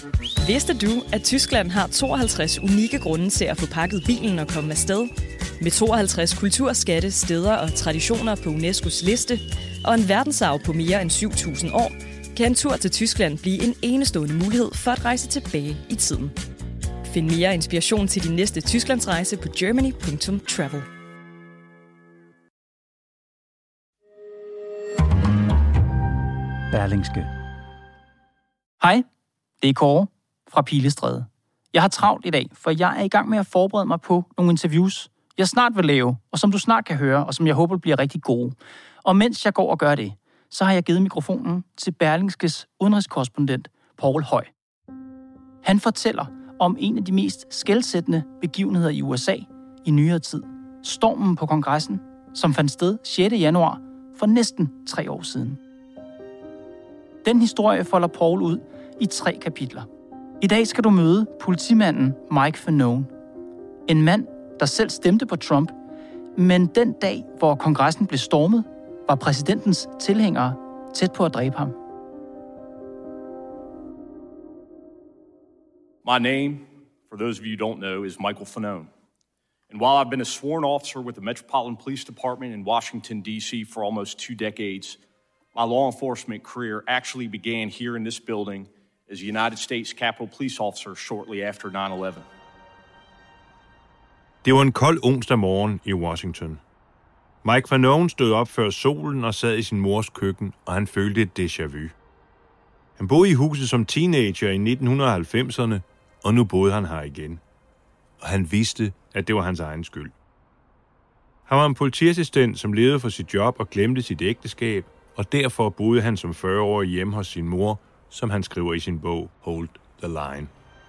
Vidste du, at Tyskland har 52 unikke grunde til at få pakket bilen og komme afsted? Med 52 kulturskatte, steder og traditioner på UNESCO's liste, og en verdensarv på mere end 7.000 år, kan en tur til Tyskland blive en enestående mulighed for at rejse tilbage i tiden. Find mere inspiration til din næste Tysklandsrejse på germany.travel. Berlingske. Hej, det er Kåre fra Pilestræde. Jeg har travlt i dag, for jeg er i gang med at forberede mig på nogle interviews, jeg snart vil lave, og som du snart kan høre, og som jeg håber bliver rigtig gode. Og mens jeg går og gør det, så har jeg givet mikrofonen til Berlingskes udenrigskorrespondent, Poul Høj. Han fortæller om en af de mest skelsættende begivenheder i USA i nyere tid. Stormen på kongressen, som fandt sted 6. januar for næsten 3 år siden. Den historie folder Poul ud i 3 kapitler. I dag skal du møde politimanden Mike Fanone. En mand, der selv stemte på Trump, men den dag, hvor kongressen blev stormet, var præsidentens tilhængere tæt på at dræbe ham. My name, for those of you who don't know, is Michael Fanone. And while I've been a sworn officer with the Metropolitan Police Department in Washington, D.C. for almost 2 decades, my law enforcement career actually began here in this building as a United States Capitol Police officer shortly after 9/11. Det var en kold onsdag morgen i Washington. Mike Fanone stod op før solen og sad i sin mors køkken, og han følte et déjà vu. Han boede i huset som teenager i 1990'erne, og nu boede han her igen. Og han vidste, at det var hans egen skyld. Han var en politiassistent, som levede for sit job og glemte sit ægteskab, og derfor boede han som 40-årig hjemme hos sin mor, som han skriver i sin bog Hold the Line.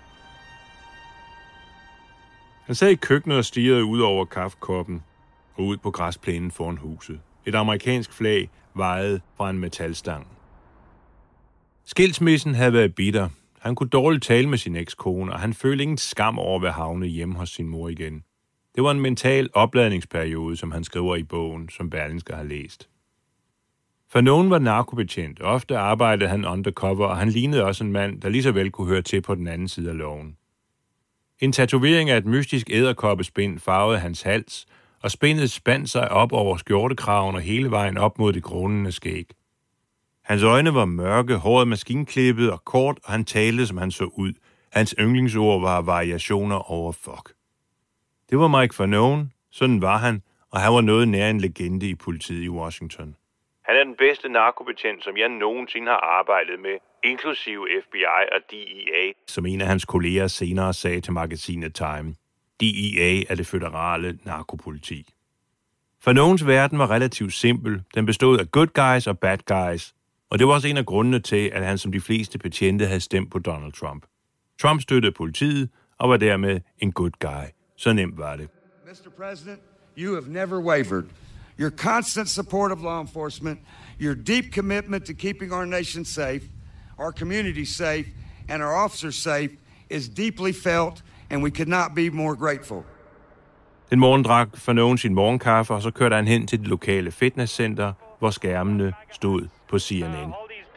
Han sad i køkkenet og stirrede ud over kaffekoppen og ud på græsplænen foran huset. Et amerikansk flag vejede fra en metalstang. Skilsmissen havde været bitter. Han kunne dårligt tale med sin ekskone, og han følte ingen skam over at være havnet hjemme hos sin mor igen. Det var en mental opladningsperiode, som han skriver i bogen, som Berlingske har læst. Fanone var narkobetjent. Ofte arbejdede han undercover, og han lignede også en mand, der lige så vel kunne høre til på den anden side af loven. En tatovering af et mystisk edderkoppespind farvede hans hals, og spindet spandt sig op over skjortekraven og hele vejen op mod det grånende skæg. Hans øjne var mørke, håret maskinklippet og kort, og han talte, som han så ud. Hans yndlingsord var variationer over fuck. Det var Mike Fanone, sådan var han, og han var noget nær en legende i politiet i Washington. Han er den bedste narkobetjent, som jeg nogensinde har arbejdet med, inklusive FBI og DEA, som en af hans kolleger senere sagde til magasinet Time. DEA er det føderale narkopoliti. Fanones verden var relativt simpel. Den bestod af good guys og bad guys, og det var også en af grundene til, at han som de fleste betjente havde stemt på Donald Trump. Trump støttede politiet og var dermed en good guy. Så nemt var det. Mr. President, you have never wavered. Your constant support of law enforcement, your deep commitment to keeping our nation safe, our communities safe, and our officers safe is deeply felt, and we could not be more grateful. Den morgen drak Fanone sin morgenkaffe, og så kørte han hen til det lokale fitnesscenter, hvor skærmene stod på CNN.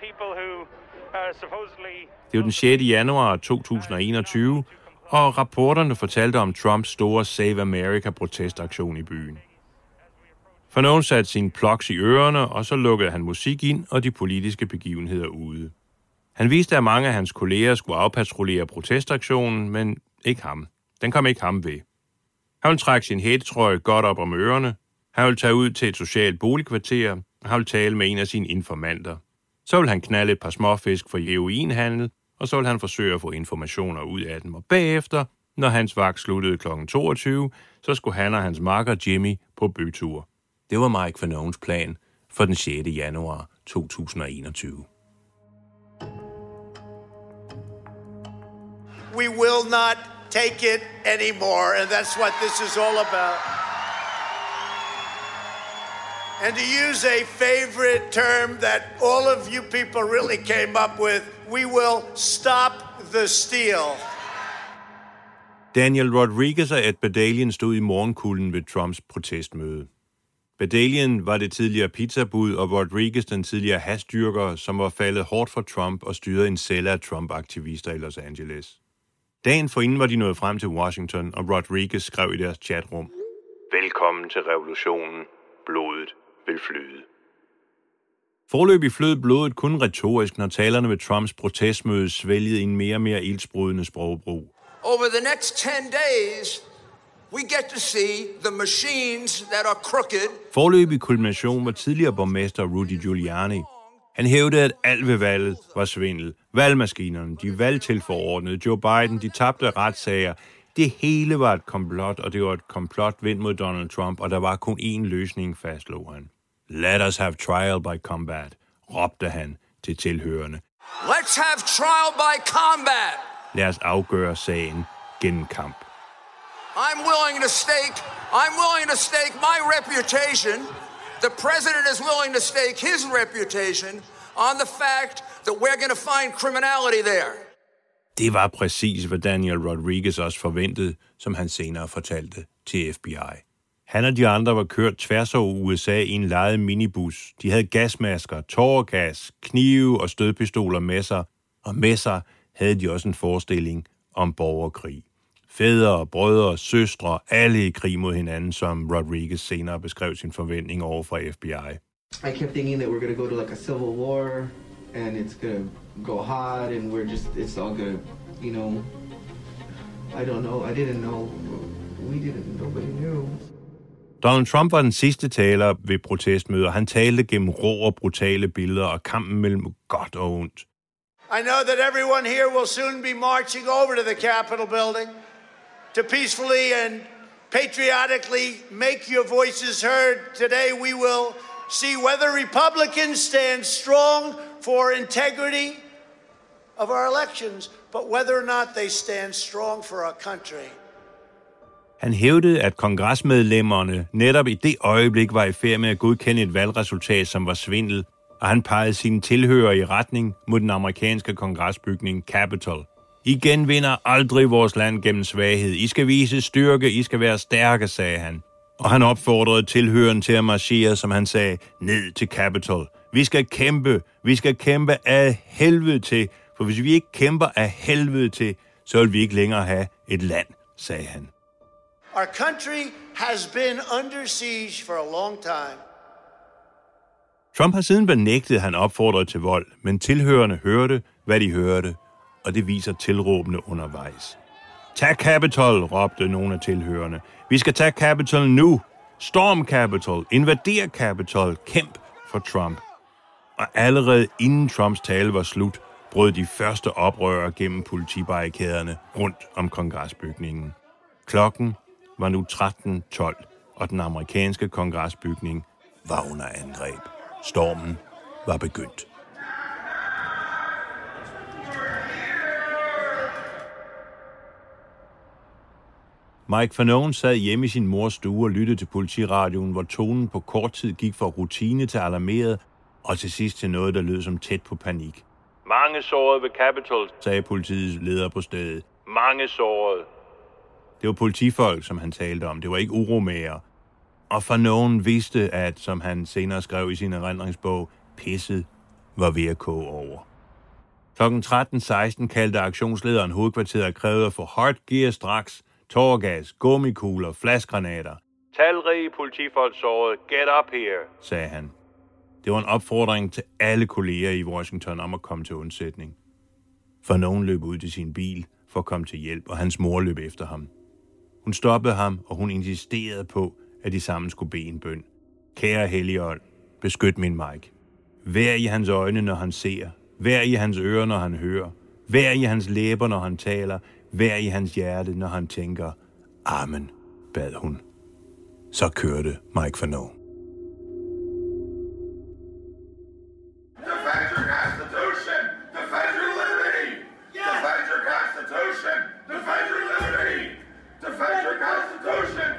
Det var den 6. januar 2021, og rapporterne fortalte om Trumps store Save America-protestaktion i byen. Fanone satte sine plugs i ørerne, og så lukkede han musik ind og de politiske begivenheder ude. Han vidste, at mange af hans kolleger skulle afpatruljere protestaktionen, men ikke ham. Den kom ikke ham ved. Han ville trække sin hættetrøje godt op om ørerne. Han ville tage ud til et socialt boligkvarter, og han ville tale med en af sine informanter. Så ville han knalde et par småfisk for heroinhandel, og så ville han forsøge at få informationer ud af dem. Og bagefter, når hans vagt sluttede kl. 22, så skulle han og hans makker Jimmy på bytur. Det var Mike Fanones plan for den 6. januar 2021. We will not take it anymore, and that's what this is all about. And to use a favorite term that all of you people really came up with, we will stop the steal. Daniel Rodriguez og Ed Badalian stod i morgenkulden ved Trumps protestmøde. Bedalien var det tidligere pizzabud, og Rodriguez den tidligere hasdyrker, som var faldet hårdt for Trump og styrede en celle af Trump-aktivister i Los Angeles. Dagen forinden var de nået frem til Washington, og Rodriguez skrev i deres chatrum: "Velkommen til revolutionen. Blodet vil flyde." Foreløbig flød blodet kun retorisk, når talerne ved Trumps protestmøde svælgede en mere og mere ildsprudende sprogbrug. Over the next 10 days, we get to see the machines that are crooked. Foreløbig kulmination var tidligere borgmester Rudy Giuliani. Han hævdede, at alt ved valget var svindel. Valgmaskinerne, de valgtilforordnede, Joe Biden, de tabte retssager. Det hele var et komplot, og det var et komplot vendt mod Donald Trump, og der var kun én løsning, fastslog han. "Let us have trial by combat," råbte han til tilhørende. Let's have trial by combat. Lad os afgøre sagen gennem kamp. I'm willing to stake my reputation. The president is willing to stake his reputation on the fact that we're going to find criminality there. Det var præcis, hvad Daniel Rodriguez også forventede, som han senere fortalte til FBI. Han og de andre var kørt tværs over USA i en lejet minibus. De havde gasmasker, tåregas, knive og stødpistoler med sig, og med sig havde de også en forestilling om borgerkrig. Fædre, brødre, søstre, alle i krig mod hinanden, som Rodriguez senere beskrev sin forventning over for FBI. I kept thinking that we're going to go to like a civil war, and it's going to go hot, and it's all going to, you know, I don't know, I didn't know, nobody knew. Donald Trump var den sidste taler ved protestmøder. Han talte gennem rå og brutale billeder og kampen mellem godt og ondt. I know that everyone here will soon be marching over to the Capitol building to peacefully and patriotically make your voices heard. Today we will see whether Republicans stand strong for integrity of our elections, but whether or not they stand strong for our country. Han hævdede, at kongresmedlemmerne netop i det øjeblik var i færd med at godkende et valgresultat, som var svindel, og han pegede sine tilhørere i retning mod den amerikanske kongresbygning Capitol. "Igen vinder aldrig vores land gennem svaghed. I skal vise styrke, I skal være stærke," sagde han. Og han opfordrede tilhøreren til at marchere, som han sagde, ned til Capitol. Vi skal kæmpe af helvede til, for hvis vi ikke kæmper af helvede til, så vil vi ikke længere have et land, sagde han. Our country has been under siege for a long time. Trump har siden benægtet, at han opfordrede til vold, men tilhørerne hørte, hvad de hørte, og det viser tilråbene undervejs. "Tag Capitol," råbte nogle af tilhørerne. "Vi skal tage Capitol nu! Storm Capitol! Invader Capitol! Kæmp for Trump!" Og allerede inden Trumps tale var slut, brød de første oprørere gennem politibarrikaderne rundt om kongresbygningen. Klokken var nu 13:12, og den amerikanske kongresbygning var under angreb. Stormen var begyndt. Mike Fanone sad hjemme i sin mors stue og lyttede til politiradioen, hvor tonen på kort tid gik fra rutine til alarmeret, og til sidst til noget, der lød som tæt på panik. "Mange sårede ved Capitol," sagde politiets leder på stedet. "Mange sårede." Det var politifolk, som han talte om. Det var ikke uromager. Og Fanone vidste, at, som han senere skrev i sin erindringsbog, pisset var ved at koge over. Klokken 13:16 kaldte aktionslederen hovedkvarteret og krævede at få hard gear straks, tåregas, gummikugler, flasgranater. "Talrige politifolk såret. Get up here," sagde han. Det var en opfordring til alle kolleger i Washington om at komme til undsætning. Fanone løb ud til sin bil for at komme til hjælp, og hans mor løb efter ham. Hun stoppede ham, og hun insisterede på, at de sammen skulle bede en bøn. "Kære Helligånd, beskyt min Mike. Vær i hans øjne, når han ser. Vær i hans ører, når han hører. Vær i hans læber, når han taler. Vær i hans hjerte, når han tænker. Amen," bad hun. Så kørte Mike Fanone. Defend your Constitution! Defend your liberty! Yes! Defend your Constitution! Defend your liberty! Defend your Constitution!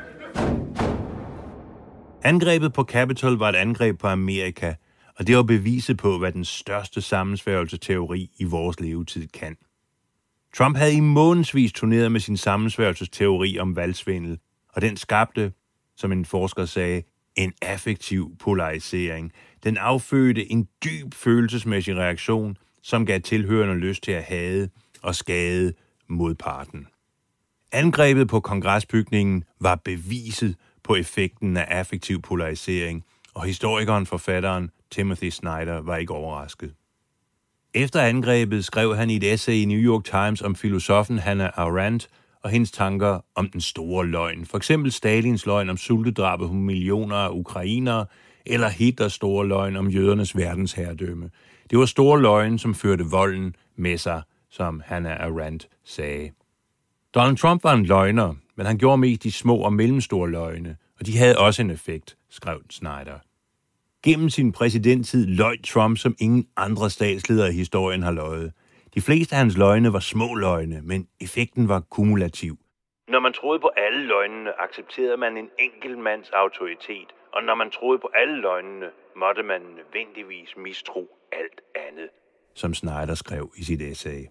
Angrebet på Capitol var et angreb på Amerika, og det var beviset på, hvad den største sammensværgelsesteori i vores levetid kan. Trump havde i månedsvis turneret med sin sammensværgelsesteori om valgsvindel, og den skabte, som en forsker sagde, en affektiv polarisering. Den affødte en dyb følelsesmæssig reaktion, som gav tilhørende lyst til at hade og skade modparten. Angrebet på kongresbygningen var beviset på effekten af affektiv polarisering, og historikeren, forfatteren Timothy Snyder var ikke overrasket. Efter angrebet skrev han i et essay i New York Times om filosofen Hannah Arendt og hendes tanker om den store løgn. For eksempel Stalins løgn om sultedrabet på millioner af ukrainere, eller Hitlers store løgn om jødernes verdensherredømme. Det var store løgn, som førte volden med sig, som Hannah Arendt sagde. Donald Trump var en løgner, men han gjorde mest de små og mellemstore løgne, og de havde også en effekt, skrev Snyder. Gennem sin præsidenttid løj Trump, som ingen andre statsledere i historien har løjet. De fleste af hans løgne var små løgne, men effekten var kumulativ. Når man troede på alle løgnene, accepterede man en enkelt mands autoritet, og når man troede på alle løgnene, måtte man nødvendigvis mistro alt andet, som Snyder skrev i sit essay.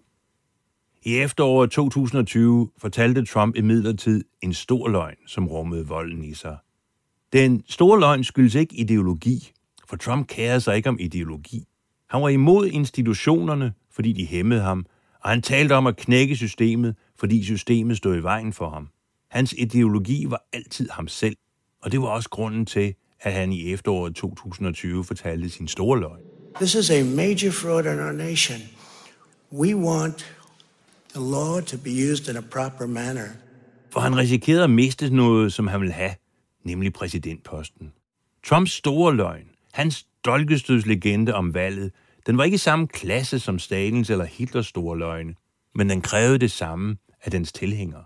I efteråret 2020 fortalte Trump imidlertid en stor løgn, som rummede volden i sig. Den store løgn skyldes ikke ideologi, for Trump kærede sig ikke om ideologi. Han var imod institutionerne, fordi de hæmmede ham, og han talte om at knække systemet, fordi systemet stod i vejen for ham. Hans ideologi var altid ham selv, og det var også grunden til, at han i efteråret 2020 fortalte sin store løgn. This is a major fraud in our nation. We want the law to be used in a proper manner. For han risikerede at miste noget, som han ville have, nemlig præsidentposten. Trumps store løgn, hans dolkestødslegende om valget, den var ikke i samme klasse som Stalins eller Hitlers store løgne, men den krævede det samme af dens tilhængere.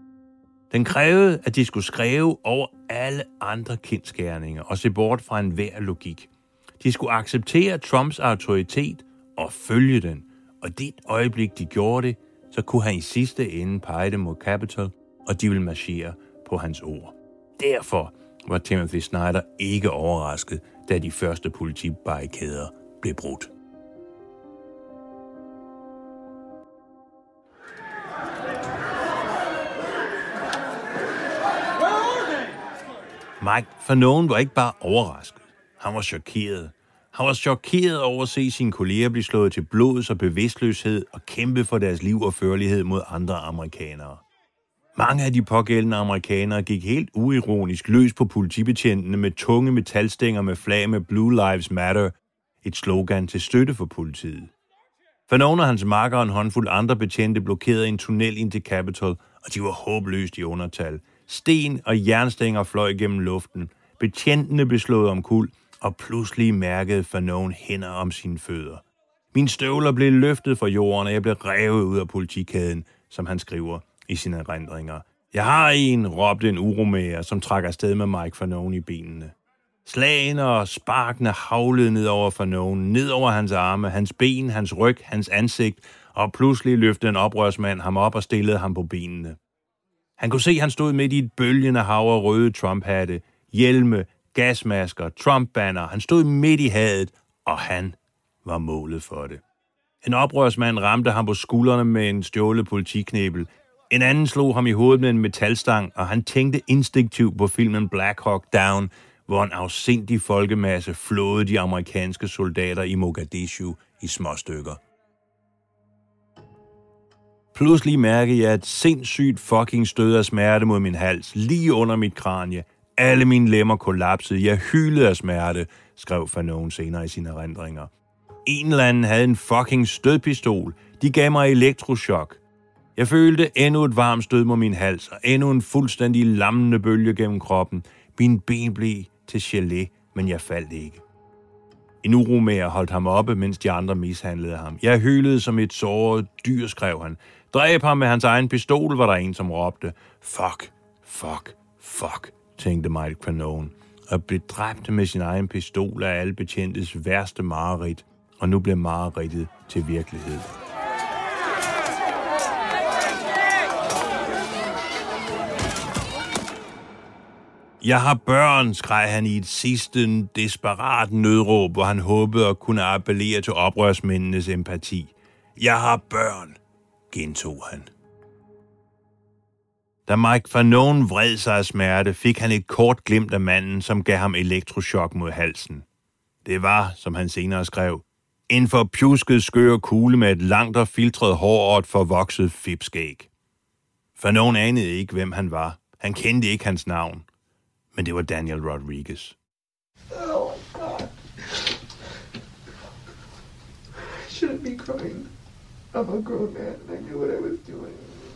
Den krævede, at de skulle skrive over alle andre kendsgerninger og se bort fra enhver logik. De skulle acceptere Trumps autoritet og følge den, og det øjeblik, de gjorde det, så kunne han i sidste ende pege dem mod Capitol, og de ville marchere på hans ord. Derfor var Timothy Snyder ikke overrasket, da de første politibarrikader blev brudt. Mike Fanone var ikke bare overrasket. Han var chokeret. Han var chokeret over at se sine kolleger blive slået til blods og bevidstløshed og kæmpe for deres liv og førlighed mod andre amerikanere. Mange af de pågældende amerikanere gik helt uironisk løs på politibetjentene med tunge metalstænger med flag med Blue Lives Matter, et slogan til støtte for politiet. Fanone og hans makker og en håndfuld andre betjente blokerede en tunnel ind til Capitol, og de var håbløst i undertal. Sten og jernstænger fløj gennem luften. Betjentene blev slået omkuld, og pludselig mærkede Fanone hænder om sine fødder. Mine støvler blev løftet fra jorden, og jeg blev revet ud af politikæden, som han skriver i sine erindringer. Jeg har en, råbte en uromager, som trak afsted med Mike Fanone i benene. Slagene og sparkene havlede ned over Fanone, ned over hans arme, hans ben, hans ryg, hans ansigt, og pludselig løftede en oprørsmand ham op og stillede ham på benene. Han kunne se, at han stod midt i et bølgende hav af røde Trump-hatte, hjelme, gasmasker, Trump-banner. Han stod midt i hadet, og han var målet for det. En oprørsmand ramte ham på skuldrene med en stjålet politiknæbel. En anden slog ham i hovedet med en metalstang, og han tænkte instinktivt på filmen Black Hawk Down, hvor en afsindig folkemasse flåede de amerikanske soldater i Mogadishu i småstykker. Pludselig mærkede jeg et sindssygt fucking stød af smerte mod min hals, lige under mit kranie. Alle mine lemmer kollapsede. Jeg hylede af smerte, skrev Fanone senere i sine erindringer. En eller anden havde en fucking stødpistol. De gav mig elektrochok. Jeg følte endnu et varmt stød mod min hals, og endnu en fuldstændig lammende bølge gennem kroppen. Mine ben blev til gelé, men jeg faldt ikke. En uromager holdt ham oppe, mens de andre mishandlede ham. Jeg hylede som et såret dyr, skrev han. Dræb ham med hans egen pistol, var der en, som råbte. Fuck, fuck, fuck, tænkte Mike Fanone, og blev dræbt med sin egen pistol af alle betjentes værste mareridt, og nu blev mareridtet til virkelighed. Jeg har børn, skreg han i et sidste desperat nødråb, hvor han håbede at kunne appellere til oprørsmændenes empati. Jeg har børn, gentog han. Da Mike Fanone vred sig af smerte, fik han et kort glimt af manden, som gav ham elektrochok mod halsen. Det var, som han senere skrev, en forpjusket skør kugle med et langt og filtret hår og et forvokset fipskæg. Fanone anede ikke, hvem han var. Han kendte ikke hans navn. Men det var Daniel Rodriguez. Oh my God. I shouldn't be crying. I'm a grown man and I knew what I was doing.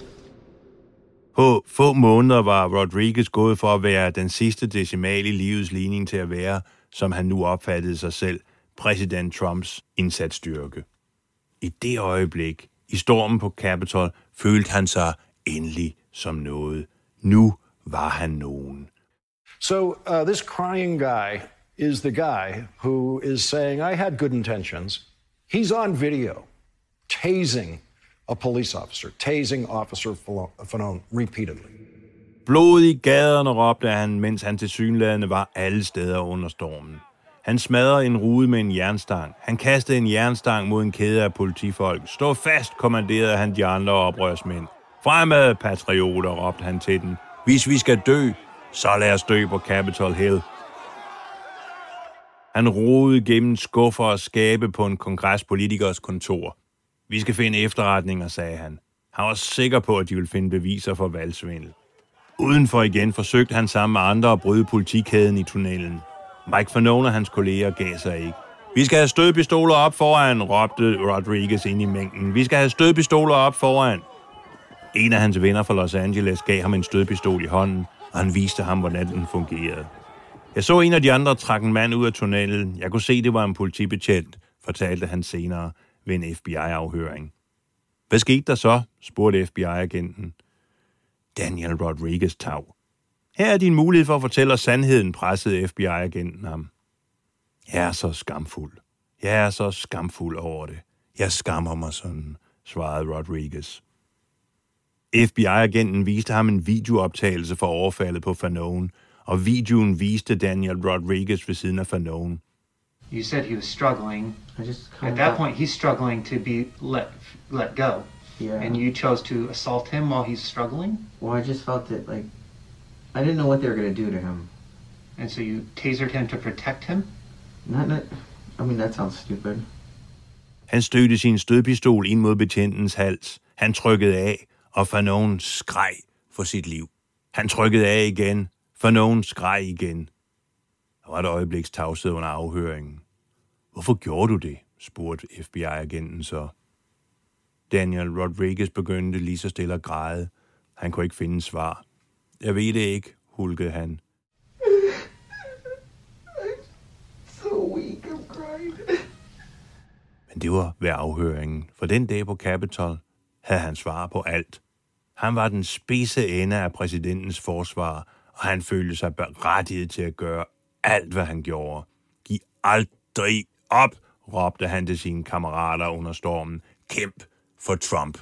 På få måneder var Rodriguez gået for at være den sidste decimal i livets ligning til at være, som han nu opfattede sig selv, præsident Trumps indsatsstyrke. I det øjeblik, i stormen på Capitol, følte han sig endelig som noget. Nu var han nogen. So this crying guy is the guy who is saying, I had good intentions. He's on video, tasing a police officer, tasing Officer Fanone repeatedly. Blod i gaderne, råbte han, mens han tilsyneladende var alle steder under stormen. Han smadrede en rude med en jernstang. Han kastede en jernstang mod en kæde af politifolk. Stå fast, kommanderede han de andre oprørsmænd. Fremad, patrioter, råbte han til den. Hvis vi skal dø, så lad os dø på Capitol Hill. Han rodede gennem skuffer og skabe på en kongrespolitikers kontor. Vi skal finde efterretninger, sagde han. Han var sikker på, at de ville finde beviser for valgsvindel. Udenfor igen forsøgte han sammen med andre at bryde politikæden i tunnelen. Mike Fanone og hans kolleger gav sig ikke. Vi skal have stødpistoler op foran, råbte Rodriguez ind i mængden. Vi skal have stødpistoler op foran. En af hans venner fra Los Angeles gav ham en stødpistol i hånden, og han viste ham, hvordan den fungerede. Jeg så en af de andre trække en mand ud af tunnelen. Jeg kunne se, det var en politibetjent, fortalte han senere ved en FBI-afhøring. Hvad skete der så? Spurgte FBI-agenten. Daniel Rodriguez tav. Her er din mulighed for at fortælle os sandheden, pressede FBI-agenten ham. Jeg er så skamfuld. Jeg er så skamfuld over det. Jeg skammer mig sådan, svarede Rodriguez. FBI-agenten viste ham en videooptagelse for overfaldet på Fanone, og videoen viste Daniel Rodriguez ved siden af Fanone. You said he was struggling. At that point, he's struggling to be let go. Yeah. And you chose to assault him while he's struggling? Well, I just felt that, like, I didn't know what they were going to do to him. And so you tasered him to protect him? I mean, that sounds stupid. Han stødte sin stødpistol ind mod betjentens hals. Han trykkede af, og Fanone skreg for sit liv. Han trykkede af igen. Fanone skreg igen. Der var et øjebliks tavshed under afhøringen. Hvorfor gjorde du det? Spurgte FBI-agenten så. Daniel Rodriguez begyndte lige så stille at græde. Han kunne ikke finde svar. Jeg ved det ikke, hulkede han. So weak, I'm crying. Men det var ved afhøringen, for den dag på Capitol havde han svar på alt. Han var den spidse ende af præsidentens forsvar, og han følte sig berettiget til at gøre alt, hvad han gjorde. Giv aldrig op, råbte han til sine kammerater under stormen. Kæmp for Trump.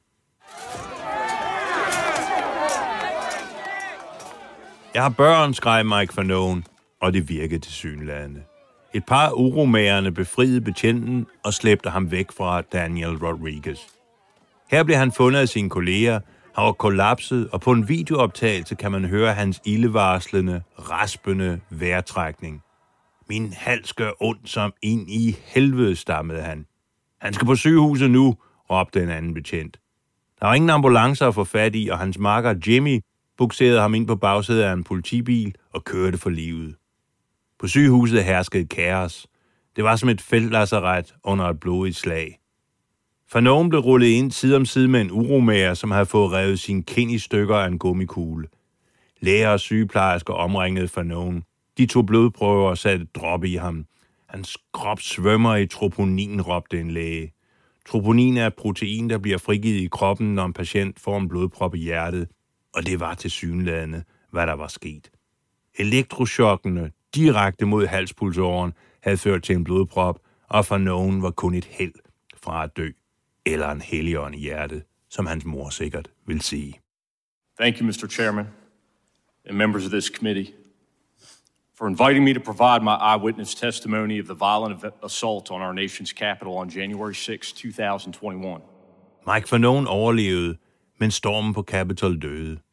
Jeg har børn, skreg Mike Fanone, og det virkede tilsyneladende. Et par uromagerne befriede betjenten og slæbte ham væk fra Daniel Rodriguez. Her blev han fundet af sine kolleger. Han var kollapset, og på en videooptagelse kan man høre hans ildevarslende, raspende vejrtrækning. Min hals gør ondt som ind i helvede, stammede han. Han skal på sygehuset nu, råbte en anden betjent. Der var ingen ambulancer at få fat i, og hans makker Jimmy bukserede ham ind på bagsædet af en politibil og kørte for livet. På sygehuset herskede kaos. Det var som et feltlazaret under et blodigt slag. Fanone blev rullet ind side om side med en uromager, som havde fået revet sin kind i stykker af en gummikugle. Læger og sygeplejersker omringede Fanone. De tog blodprøver og satte et drop i ham. Hans krop svømmer i troponin, råbte en læge. Troponin er et protein, der bliver frigivet i kroppen, når en patient får en blodprop i hjertet. Og det var tilsyneladende, hvad der var sket. Elektrochokkene direkte mod halspulsåren havde ført til en blodprop, og Fanone var kun et held fra at dø. Eller en helligånd i hjertet, som hans mor sikkert vil sige. Thank you, Mr. Chairman, and members of this committee, for inviting me to provide my eyewitness testimony of the violent assault on our nation's capital on January 6, 2021. Mike Fanone overlevede, men stormen på Capitol døde.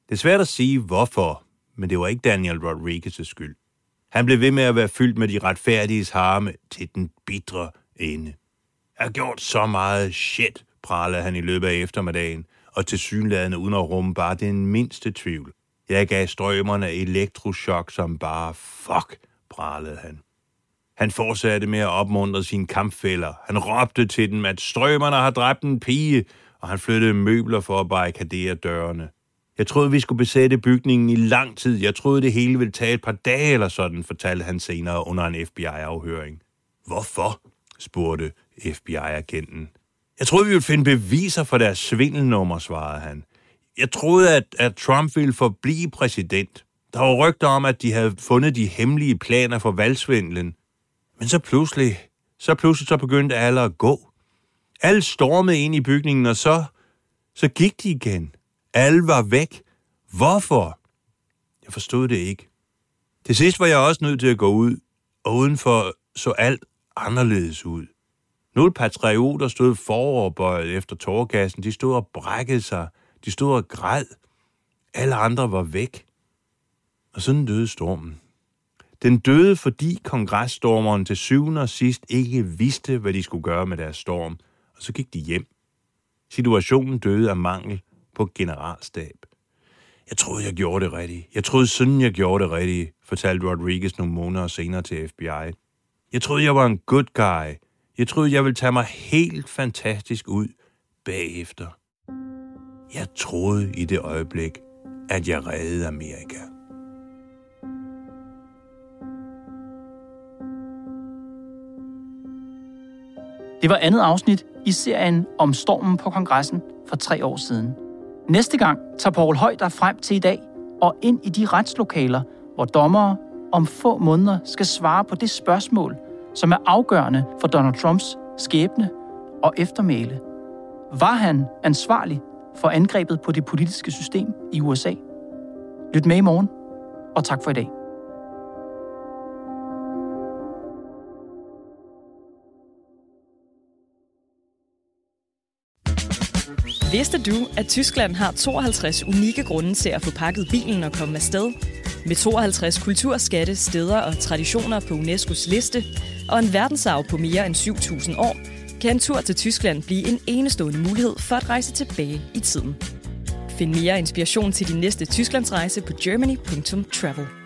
Det er svært at sige hvorfor, men det var ikke Daniel Rodriguez' skyld. Han blev ved med at være fyldt med de retfærdiges harme til den bitre ende. Jeg har gjort så meget shit, pralede han i løbet af eftermiddagen, og tilsyneladende uden at rumme bare den mindste tvivl. Jeg gav strømmerne elektrochok som bare fuck, pralede han. Han fortsatte med at opmuntre sine kampfæller. Han råbte til dem, at strømmerne har dræbt en pige, og han flyttede møbler for at barrikadere dørene. Jeg troede, vi skulle besætte bygningen i lang tid. Jeg troede, det hele ville tage et par dage eller sådan, fortalte han senere under en FBI-afhøring. Hvorfor? Spurgte FBI-agenten. Jeg troede, vi ville finde beviser for deres svindelnummer, svarede han. Jeg troede, at Trump ville forblive præsident. Der var rygter om, at de havde fundet de hemmelige planer for valgsvindlen. Men så pludselig begyndte alle at gå. Alle stormede ind i bygningen, og så gik de igen. Alle var væk. Hvorfor? Jeg forstod det ikke. Til sidst var jeg også nødt til at gå ud, og udenfor så alt anderledes ud. Nogle patrioter stod foroverbøjet efter tårergassen. De stod og brækkede sig. De stod og græd. Alle andre var væk. Og sådan døde stormen. Den døde, fordi kongresstormeren til syvende og sidst ikke vidste, hvad de skulle gøre med deres storm, og så gik de hjem. Situationen døde af mangel på generalstab. Jeg troede, jeg gjorde det rigtigt. Jeg troede sådan, jeg gjorde det rigtigt, fortalte Rodriguez nogle måneder senere til FBI. Jeg troede, jeg var en good guy. Jeg troede, jeg ville tage mig helt fantastisk ud bagefter. Jeg troede i det øjeblik, at jeg reddede Amerika. Det var andet afsnit i serien om stormen på kongressen for 3 år siden. Næste gang tager Poul Høj frem til i dag og ind i de retslokaler, hvor dommere om få måneder skal svare på det spørgsmål, som er afgørende for Donald Trumps skæbne og eftermæle. Var han ansvarlig for angrebet på det politiske system i USA? Lyt med i morgen, og tak for i dag. Vidste du, at Tyskland har 52 unikke grunde til at få pakket bilen og komme afsted? Med 52 kulturskatte, steder og traditioner på UNESCO's liste og en verdensarv på mere end 7.000 år, kan en tur til Tyskland blive en enestående mulighed for at rejse tilbage i tiden. Find mere inspiration til din næste Tysklandsrejse på germany.travel.